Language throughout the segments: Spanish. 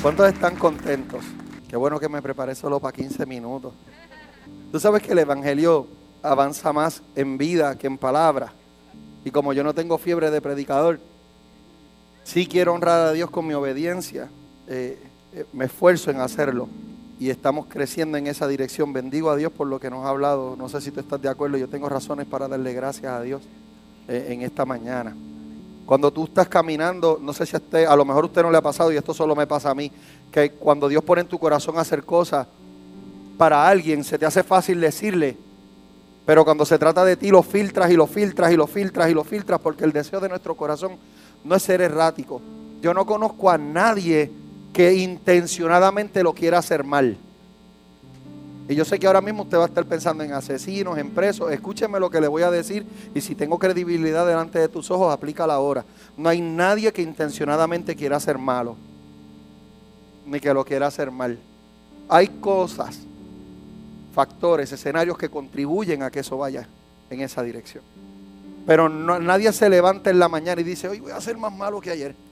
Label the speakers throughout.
Speaker 1: ¿Cuántos están contentos? Qué bueno que me preparé solo para 15 minutos. Tú sabes que el evangelio avanza más en vida que en palabra. Y como yo no tengo fiebre de predicador, sí quiero honrar a Dios con mi obediencia. Me esfuerzo en hacerlo. Y estamos creciendo en esa dirección. Bendigo a Dios por lo que nos ha hablado. No sé si tú estás de acuerdo. Yo tengo razones para darle gracias a Dios en esta mañana. Cuando tú estás caminando, no sé si a lo mejor a usted no le ha pasado, y esto solo me pasa a mí, que cuando Dios pone en tu corazón hacer cosas para alguien, se te hace fácil decirle, pero cuando se trata de ti lo filtras y lo filtras y lo filtras y lo filtras, porque el deseo de nuestro corazón no es ser errático. Yo no conozco a nadie que intencionadamente lo quiera hacer mal. Y yo sé que ahora mismo usted va a estar pensando en asesinos, en presos. Escúcheme lo que le voy a decir, y si tengo credibilidad delante de tus ojos, aplícala ahora. No hay nadie que intencionadamente quiera hacer malo, ni que lo quiera hacer mal. Hay cosas, factores, escenarios que contribuyen a que eso vaya en esa dirección. Pero nadie se levanta en la mañana y dice, hoy voy a ser más malo que ayer.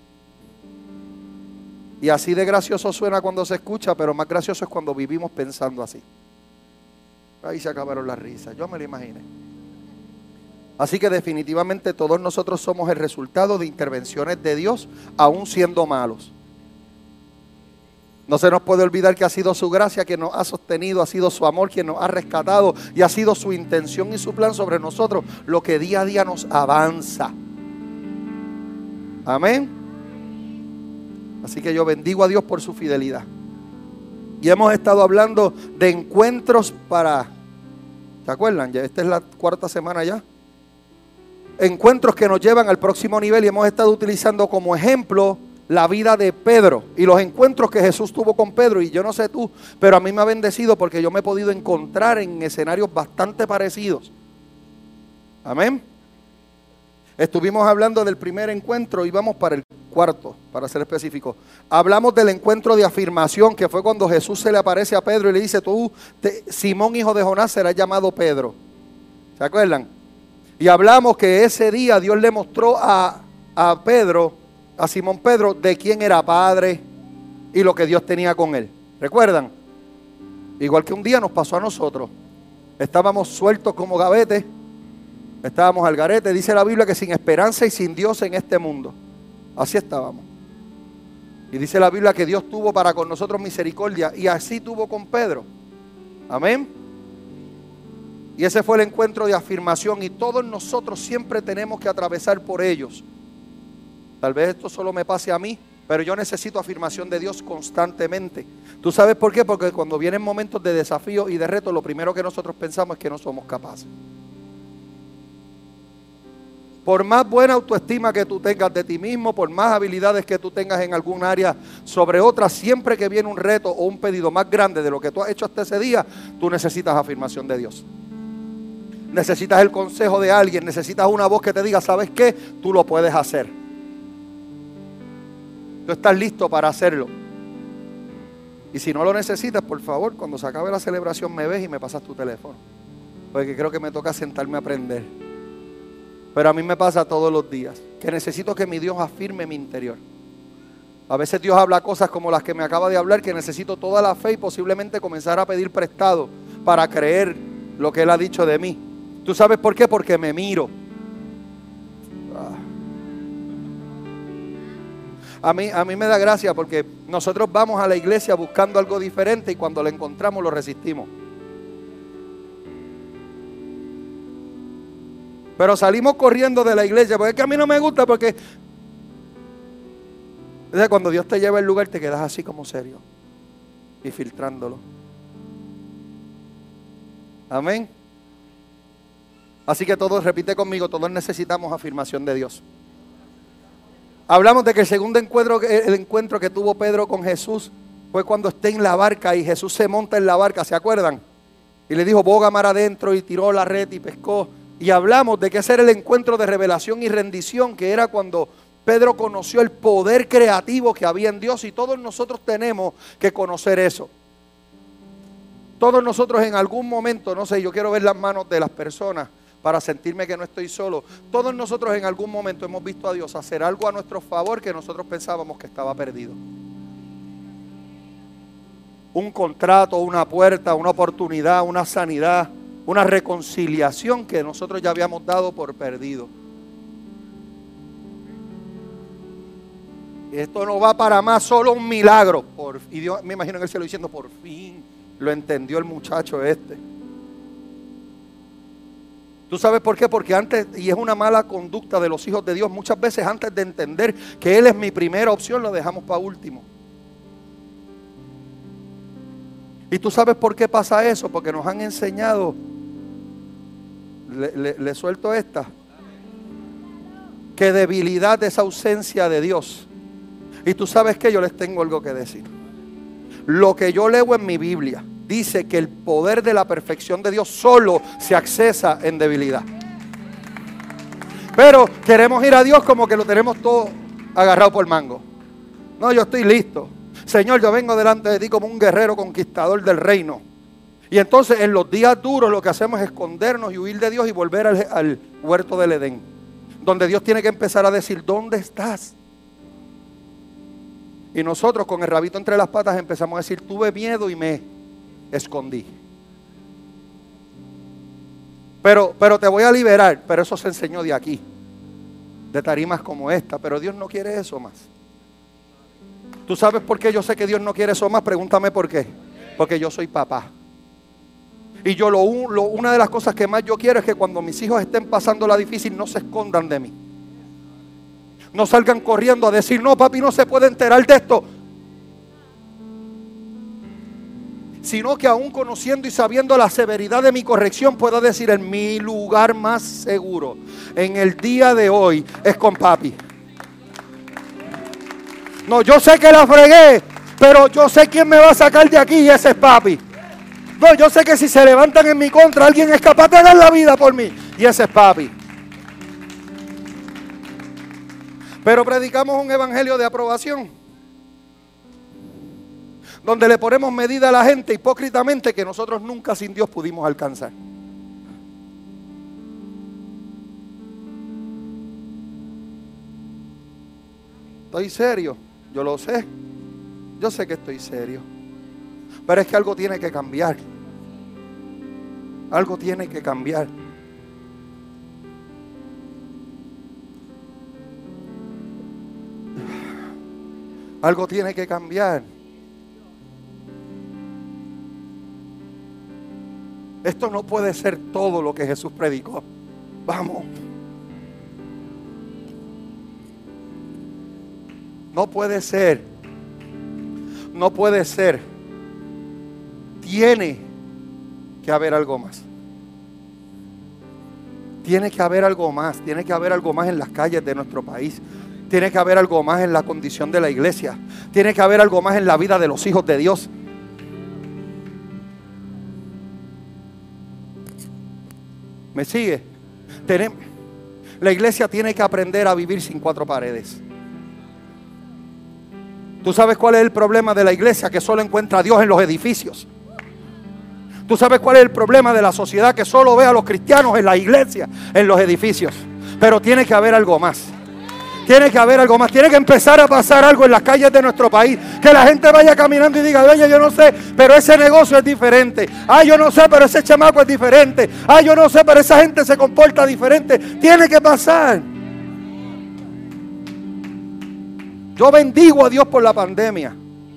Speaker 1: Y así de gracioso suena cuando se escucha, pero más gracioso es cuando vivimos pensando así. Ahí se acabaron las risas, yo me lo imaginé. Así que definitivamente todos nosotros somos el resultado de intervenciones de Dios, aún siendo malos. No se nos puede olvidar que ha sido su gracia quien nos ha sostenido, ha sido su amor quien nos ha rescatado, y ha sido su intención y su plan sobre nosotros lo que día a día nos avanza. Amén. Así que yo bendigo a Dios por su fidelidad. Y hemos estado hablando de encuentros para, ¿se acuerdan? Ya esta es la 4ª semana ya. Encuentros que nos llevan al próximo nivel, y hemos estado utilizando como ejemplo la vida de Pedro y los encuentros que Jesús tuvo con Pedro. Y yo no sé tú, pero a mí me ha bendecido porque yo me he podido encontrar en escenarios bastante parecidos. Amén. Estuvimos hablando del primer encuentro y vamos para el 4º, para ser específico. Hablamos del encuentro de afirmación, que fue cuando Jesús se le aparece a Pedro y le dice, tú, Simón, hijo de Jonás, serás llamado Pedro. ¿Se acuerdan? Y hablamos que ese día Dios le mostró a Pedro, a Simón Pedro, de quién era padre y lo que Dios tenía con él. ¿Recuerdan? Igual que un día nos pasó a nosotros. Estábamos sueltos como gavetes. Estábamos al garete. Dice la Biblia que sin esperanza y sin Dios en este mundo. Así estábamos. Y dice la Biblia que Dios tuvo para con nosotros misericordia, y así tuvo con Pedro. Amén. Y ese fue el encuentro de afirmación, y todos nosotros siempre tenemos que atravesar por ellos. Tal vez esto solo me pase a mí, pero yo necesito afirmación de Dios constantemente. ¿Tú sabes por qué? Porque cuando vienen momentos de desafío y de reto, lo primero que nosotros pensamos es que no somos capaces. Por más buena autoestima que tú tengas de ti mismo, por más habilidades que tú tengas en algún área sobre otra, siempre que viene un reto o un pedido más grande de lo que tú has hecho hasta ese día, tú necesitas afirmación de Dios. Necesitas el consejo de alguien, necesitas una voz que te diga, ¿sabes qué? Tú lo puedes hacer. Tú estás listo para hacerlo. Y si no lo necesitas, por favor, cuando se acabe la celebración me ves y me pasas tu teléfono. Porque creo que me toca sentarme a aprender. Pero a mí me pasa todos los días que necesito que mi Dios afirme mi interior. A veces Dios habla cosas como las que me acaba de hablar, que necesito toda la fe y posiblemente comenzar a pedir prestado para creer lo que Él ha dicho de mí. ¿Tú sabes por qué? Porque me miro. A mí me da gracia porque nosotros vamos a la iglesia buscando algo diferente, y cuando lo encontramos lo resistimos. Pero salimos corriendo de la iglesia porque es que a mí no me gusta, porque cuando Dios te lleva al lugar te quedas así como serio y filtrándolo. Amén. Así que todos, repite conmigo, todos necesitamos afirmación de Dios. Hablamos de que el segundo encuentro, el encuentro que tuvo Pedro con Jesús, fue cuando está en la barca y Jesús se monta en la barca, ¿se acuerdan? Y le dijo, boga mar adentro, y tiró la red y pescó. Y hablamos de que ese era el encuentro de revelación y rendición, que era cuando Pedro conoció el poder creativo que había en Dios, y todos nosotros tenemos que conocer eso. Todos nosotros en algún momento, no sé, yo quiero ver las manos de las personas para sentirme que no estoy solo. Todos nosotros en algún momento hemos visto a Dios hacer algo a nuestro favor que nosotros pensábamos que estaba perdido. un contrato, una puerta, una oportunidad, una sanidad, una reconciliación que nosotros ya habíamos dado por perdido. Esto no va para más, solo un milagro. Y Dios, me imagino en el cielo diciendo, por fin lo entendió el muchacho este. ¿Tú sabes por qué? Porque antes, y es una mala conducta de los hijos de Dios, muchas veces antes de entender que Él es mi primera opción, lo dejamos para último. ¿Y tú sabes por qué pasa eso? Porque nos han enseñado, le suelto esta, que debilidad es ausencia de Dios. Y tú sabes que yo les tengo algo que decir. Lo que yo leo en mi Biblia dice que el poder de la perfección de Dios solo se accesa en debilidad. Pero queremos ir a Dios como que lo tenemos todo agarrado por mango. No, yo estoy listo. Señor, yo vengo delante de ti como un guerrero conquistador del reino. Y entonces en los días duros lo que hacemos es escondernos y huir de Dios y volver al huerto del Edén, donde Dios tiene que empezar a decir, ¿dónde estás? Y nosotros con el rabito entre las patas empezamos a decir, tuve miedo y me escondí. Pero te voy a liberar. Pero eso se enseñó de aquí, de tarimas como esta. Pero Dios no quiere eso más. ¿Tú sabes por qué yo sé que Dios no quiere eso más? Pregúntame por qué. Porque yo soy papá. Y yo una de las cosas que más yo quiero es que cuando mis hijos estén pasando la difícil no se escondan de mí. No salgan corriendo a decir, no, papi no se puede enterar de esto. Sino que aún conociendo y sabiendo la severidad de mi corrección, pueda decir, en mi lugar más seguro, en el día de hoy, es con papi. No, yo sé que la fregué, pero yo sé quién me va a sacar de aquí y ese es papi. No, yo sé que si se levantan en mi contra, alguien es capaz de dar la vida por mí y ese es papi. Pero predicamos un evangelio de aprobación, donde le ponemos medida a la gente hipócritamente que nosotros nunca sin Dios pudimos alcanzar. Estoy serio, yo lo sé. Yo sé que estoy serio. Pero es que algo tiene que cambiar. Algo tiene que cambiar. Algo tiene que cambiar. Esto no puede ser todo lo que Jesús predicó. Vamos. No puede ser. No puede ser. Tiene que haber algo más. Tiene que haber algo más. Tiene que haber algo más en las calles de nuestro país. Tiene que haber algo más en la condición de la iglesia. Tiene que haber algo más en la vida de los hijos de Dios. ¿Me sigue? La iglesia tiene que aprender a vivir sin cuatro paredes. ¿Tú sabes cuál es el problema de la iglesia? Que solo encuentra a Dios en los edificios. ¿Tú sabes cuál es el problema de la sociedad? Que solo ve a los cristianos en la iglesia, en los edificios. Pero tiene que haber algo más. Tiene que haber algo más. Tiene que empezar a pasar algo en las calles de nuestro país. Que la gente vaya caminando y diga, oye, yo no sé, pero ese negocio es diferente. Ay, yo no sé, pero ese chamaco es diferente. Ay, yo no sé, pero esa gente se comporta diferente. Tiene que pasar. Yo bendigo a Dios por la pandemia.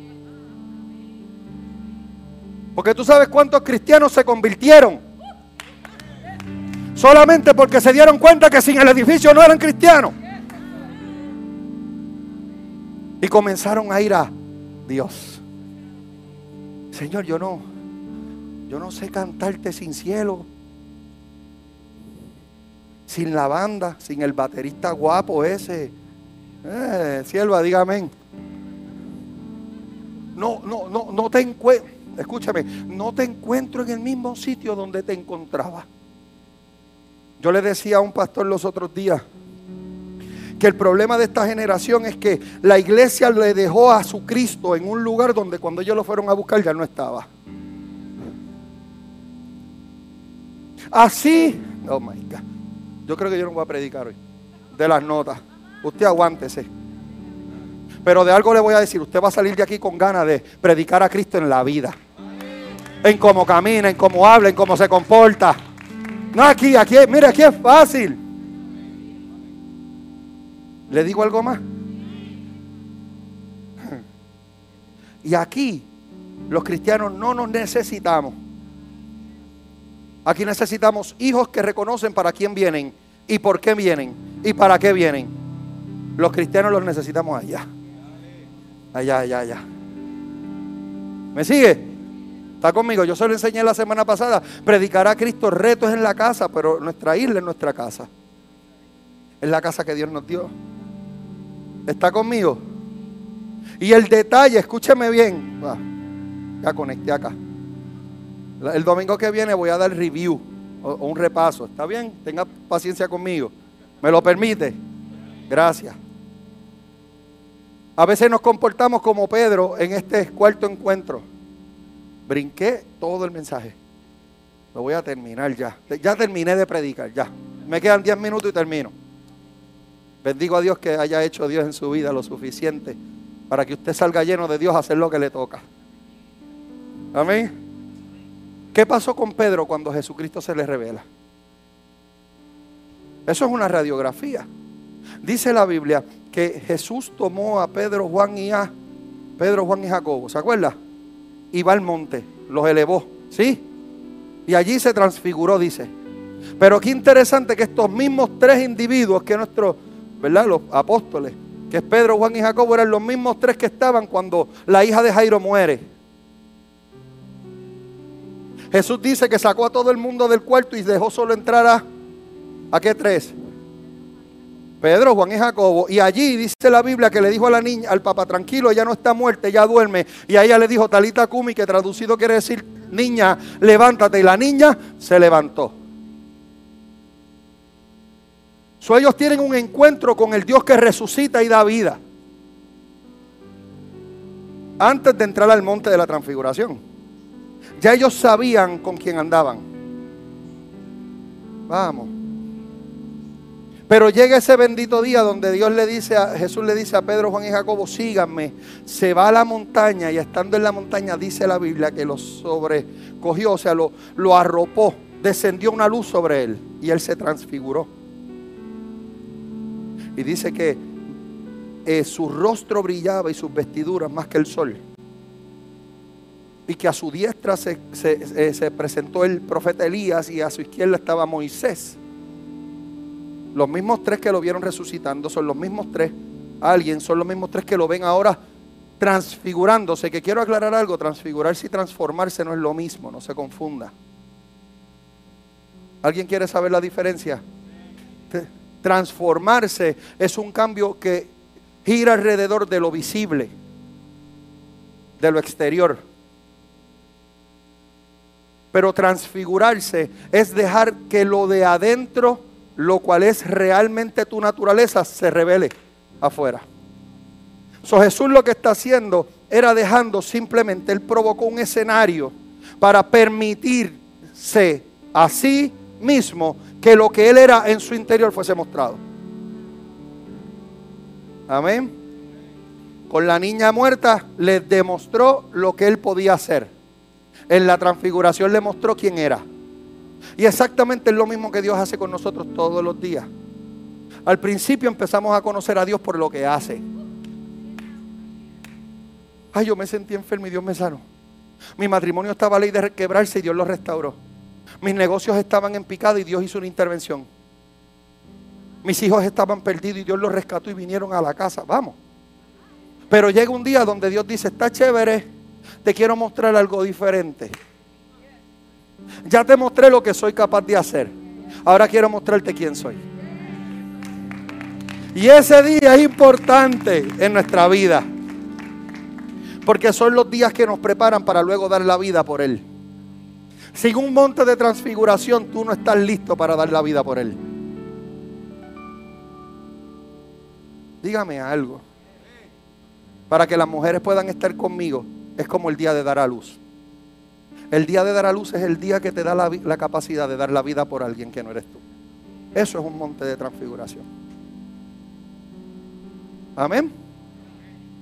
Speaker 1: Porque tú sabes cuántos cristianos se convirtieron. Solamente porque se dieron cuenta que sin el edificio no eran cristianos. Y comenzaron a ir a Dios. Señor, yo no sé cantarte sin cielo, sin la banda, sin el baterista guapo ese. Sierva, dígame. No te encuentro. Escúchame, no te encuentro en el mismo sitio donde te encontraba. Yo le decía a un pastor los otros días que el problema de esta generación es que la iglesia le dejó a su Cristo en un lugar donde cuando ellos lo fueron a buscar ya no estaba. Así, oh my God, yo creo que yo no voy a predicar hoy de las notas. Usted aguántese. Pero de algo le voy a decir, usted va a salir de aquí con ganas de predicar a Cristo en la vida. En cómo camina, en cómo habla, en cómo se comporta. No aquí, mire, aquí es fácil. ¿Le digo algo más? Y aquí los cristianos no nos necesitamos. Aquí necesitamos hijos que reconocen para quién vienen y por qué vienen y para qué vienen. Los cristianos los necesitamos allá. Allá. ¿Me sigue? ¿Está conmigo? Yo se lo enseñé la semana pasada. Predicar a Cristo, retos en la casa, pero nuestra isla es nuestra casa. Es la casa que Dios nos dio. ¿Está conmigo? Y el detalle, escúcheme bien. Ya conecté acá. El domingo que viene voy a dar review o un repaso. ¿Está bien? Tenga paciencia conmigo. ¿Me lo permite? Gracias. A veces nos comportamos como Pedro en este cuarto encuentro. Brinqué todo el mensaje. Lo voy a terminar ya. Ya terminé de predicar, ya. Me quedan 10 minutos y termino. Bendigo a Dios que haya hecho Dios en su vida lo suficiente para que usted salga lleno de Dios a hacer lo que le toca. Amén. ¿Qué pasó con Pedro cuando Jesucristo se le revela? Eso es una radiografía. Dice la Biblia que Jesús tomó a Pedro, Juan y Jacobo, ¿se acuerda? Y va al monte, los elevó, ¿sí? Y allí se transfiguró, dice. Pero qué interesante que estos mismos tres individuos que nuestros, ¿verdad? Los apóstoles, que es Pedro, Juan y Jacobo, eran los mismos tres que estaban cuando la hija de Jairo muere. Jesús dice que sacó a todo el mundo del cuarto y dejó solo entrar ¿a qué tres? Pedro, Juan y Jacobo. Y allí dice la Biblia que le dijo a la niña, al papá, tranquilo, ella no está muerta, ella duerme. Y a ella le dijo Talita Cumi, que traducido quiere decir, niña, levántate. Y la niña se levantó. Ellos tienen un encuentro con el Dios que resucita y da vida. Antes de entrar al monte de la transfiguración. Ya ellos sabían con quién andaban. Vamos. Pero llega ese bendito día donde Jesús le dice a Pedro, Juan y Jacobo, síganme. Se va a la montaña y estando en la montaña dice la Biblia que lo sobrecogió, o sea, lo arropó. Descendió una luz sobre él y él se transfiguró. Y dice que su rostro brillaba y sus vestiduras más que el sol. Y que a su diestra se presentó el profeta Elías y a su izquierda estaba Moisés. Los mismos tres que lo vieron resucitando son los mismos tres. Son los mismos tres que lo ven ahora transfigurándose. Que quiero aclarar algo, transfigurarse y transformarse no es lo mismo, no se confunda. ¿Alguien quiere saber la diferencia? Transformarse es un cambio que gira alrededor de lo visible, de lo exterior. Pero transfigurarse es dejar que lo de adentro, lo cual es realmente tu naturaleza, se revele afuera. Jesús lo que está haciendo era dejando simplemente, él provocó un escenario para permitirse a sí mismo que lo que él era en su interior fuese mostrado. Amén. Con la niña muerta les demostró lo que él podía hacer. En la transfiguración le mostró quién era. Y exactamente es lo mismo que Dios hace con nosotros todos los días. Al principio empezamos a conocer a Dios por lo que hace. Ay, yo me sentí enfermo y Dios me sanó. Mi matrimonio estaba a ley de quebrarse y Dios lo restauró. Mis negocios estaban en picado y Dios hizo una intervención. Mis hijos estaban perdidos y Dios los rescató y vinieron a la casa. Vamos. Pero llega un día donde Dios dice, está chévere, te quiero mostrar algo diferente. Ya te mostré lo que soy capaz de hacer. Ahora quiero mostrarte quién soy. Y ese día es importante en nuestra vida. Porque son los días que nos preparan para luego dar la vida por Él. Sin un monte de transfiguración, tú no estás listo para dar la vida por Él. Dígame algo. Para que las mujeres puedan estar conmigo, es como el día de dar a luz. El día de dar a luz es el día que te da la capacidad de dar la vida por alguien que no eres tú. Eso es un monte de transfiguración. Amén.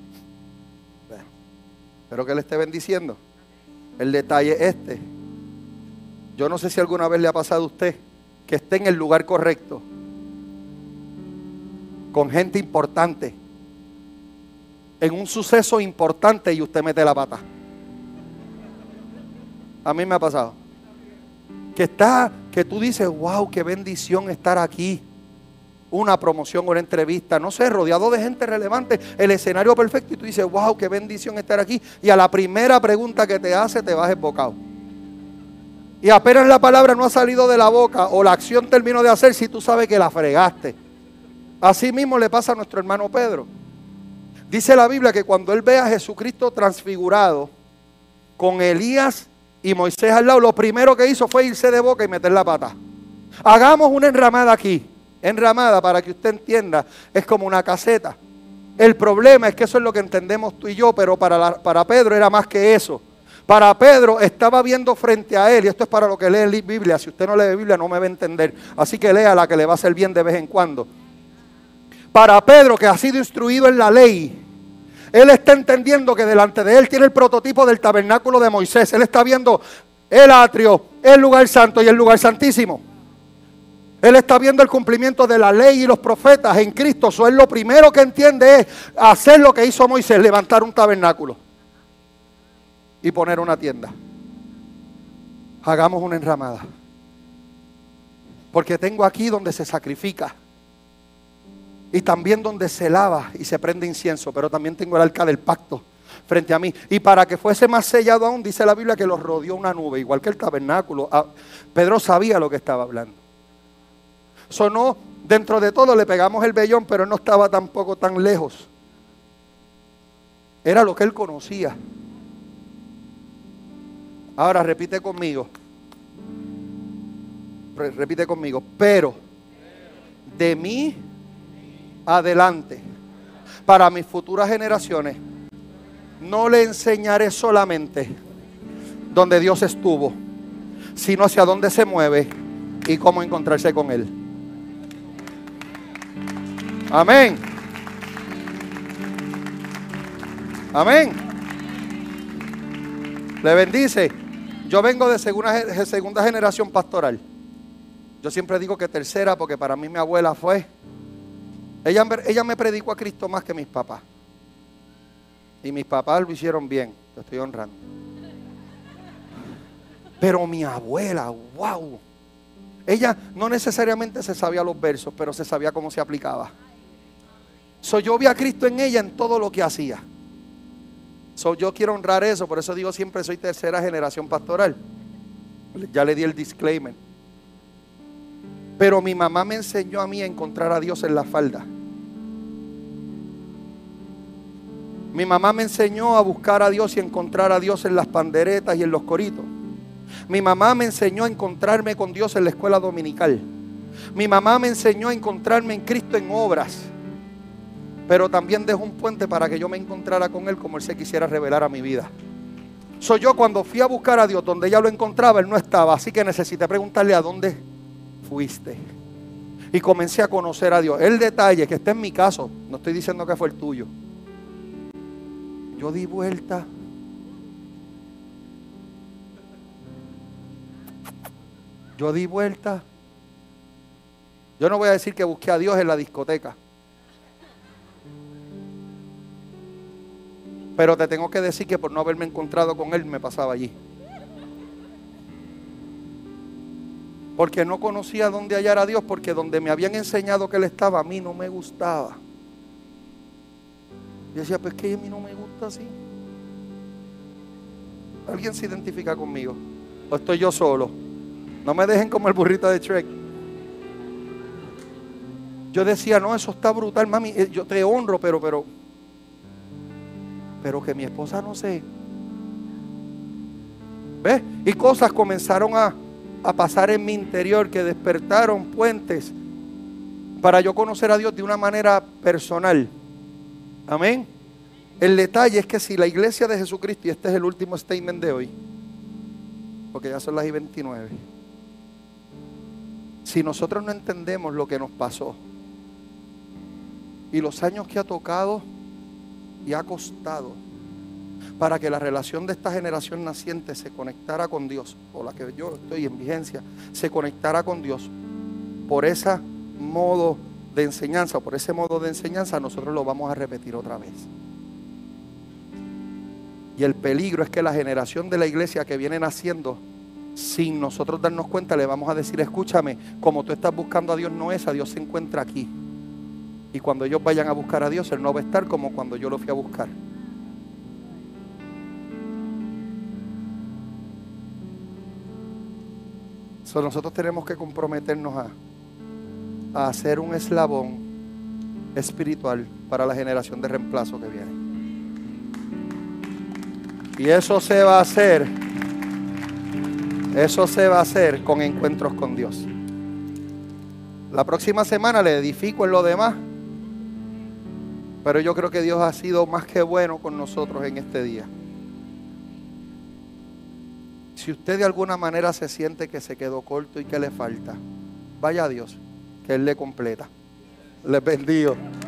Speaker 1: Espero que le esté bendiciendo. El detalle es este. Yo no sé si alguna vez le ha pasado a usted que esté en el lugar correcto, con gente importante, en un suceso importante, y usted mete la pata. A mí me ha pasado. Que tú dices, wow, qué bendición estar aquí. Una promoción, una entrevista, no sé, rodeado de gente relevante, el escenario perfecto, y tú dices, wow, qué bendición estar aquí. Y a la primera pregunta que te hace, te vas embocado. Y apenas la palabra no ha salido de la boca o la acción terminó de hacer, si tú sabes que la fregaste. Así mismo le pasa a nuestro hermano Pedro. Dice la Biblia que cuando él ve a Jesucristo transfigurado, con Elías y Moisés al lado, lo primero que hizo fue irse de boca y meter la pata. Hagamos una enramada aquí. Enramada, para que usted entienda, es como una caseta. El problema es que eso es lo que entendemos tú y yo, pero para Pedro era más que eso. Para Pedro estaba viendo frente a él, y esto es para lo que lee Biblia. Si usted no lee Biblia no me va a entender, así que léala, que le va a hacer bien de vez en cuando. Para Pedro, que ha sido instruido en la ley, él está entendiendo que delante de él tiene el prototipo del tabernáculo de Moisés. Él está viendo el atrio, el lugar santo y el lugar santísimo. Él está viendo el cumplimiento de la ley y los profetas en Cristo. Eso es lo primero que entiende, es hacer lo que hizo Moisés, levantar un tabernáculo y poner una tienda. Hagamos una enramada, porque tengo aquí donde se sacrifica y también donde se lava y se prende incienso, pero también tengo el arca del pacto frente a mí. Y para que fuese más sellado aún, dice la Biblia que los rodeó una nube, igual que el tabernáculo. Pedro sabía lo que estaba hablando. Sonó, dentro de todo le pegamos el vellón, pero no estaba tampoco tan lejos. Era lo que él conocía. Ahora repite conmigo. Repite conmigo. Pero de mí adelante, para mis futuras generaciones, no le enseñaré solamente donde Dios estuvo, sino hacia dónde se mueve y cómo encontrarse con Él. Amén. Amén. Le bendice. Yo vengo de segunda generación pastoral. Yo siempre digo que tercera, porque para mí mi abuela fue. Ella me predicó a Cristo más que mis papás. Y mis papás lo hicieron bien. Te estoy honrando. Pero mi abuela, wow. Ella no necesariamente se sabía los versos, pero se sabía cómo se aplicaba. Yo vi a Cristo en ella en todo lo que hacía. Yo quiero honrar eso, por eso digo siempre soy tercera generación pastoral. Ya le di el disclaimer. Pero mi mamá me enseñó a mí a encontrar a Dios en la falda. Mi mamá me enseñó a buscar a Dios y encontrar a Dios en las panderetas y en los coritos. Mi mamá me enseñó a encontrarme con Dios en la escuela dominical. Mi mamá me enseñó a encontrarme en Cristo en obras. Pero también dejó un puente para que yo me encontrara con Él como Él se quisiera revelar a mi vida. Yo cuando fui a buscar a Dios donde ella lo encontraba, Él no estaba. Así que necesité preguntarle: ¿a dónde fuiste? Y comencé a conocer a Dios. El detalle, que este es mi caso, no estoy diciendo que fue el tuyo. Yo di vuelta. Yo no voy a decir que busqué a Dios en la discoteca. Pero te tengo que decir que por no haberme encontrado con Él me pasaba allí. Porque no conocía dónde hallar a Dios, porque donde me habían enseñado que Él estaba, a mí no me gustaba. Yo decía, pues que a mí no me gusta así. ¿Alguien se identifica conmigo? ¿O estoy yo solo? No me dejen como el burrito de Shrek. Yo decía, no, eso está brutal, mami, yo te honro, pero que mi esposa no sé. ¿Ves? Y cosas comenzaron a pasar en mi interior que despertaron puentes para yo conocer a Dios de una manera personal. Amén. El detalle es que si la iglesia de Jesucristo, y este es el último statement de hoy, porque ya son las 29, si nosotros no entendemos lo que nos pasó y los años que ha tocado y ha costado, para que la relación de esta generación naciente se conectara con Dios, o la que yo estoy en vigencia, se conectara con Dios. Por ese modo de enseñanza, nosotros lo vamos a repetir otra vez. Y el peligro es que la generación de la iglesia que viene naciendo, sin nosotros darnos cuenta, le vamos a decir: escúchame, como tú estás buscando a Dios no es, a Dios se encuentra aquí. Y cuando ellos vayan a buscar a Dios, Él no va a estar como cuando yo lo fui a buscar. Nosotros tenemos que comprometernos a hacer un eslabón espiritual para la generación de reemplazo que viene. Y eso se va a hacer con encuentros con Dios. La próxima semana le edifico en lo demás, pero yo creo que Dios ha sido más que bueno con nosotros en este día. Si usted de alguna manera se siente que se quedó corto y que le falta, vaya a Dios, que Él le completa. Les bendigo.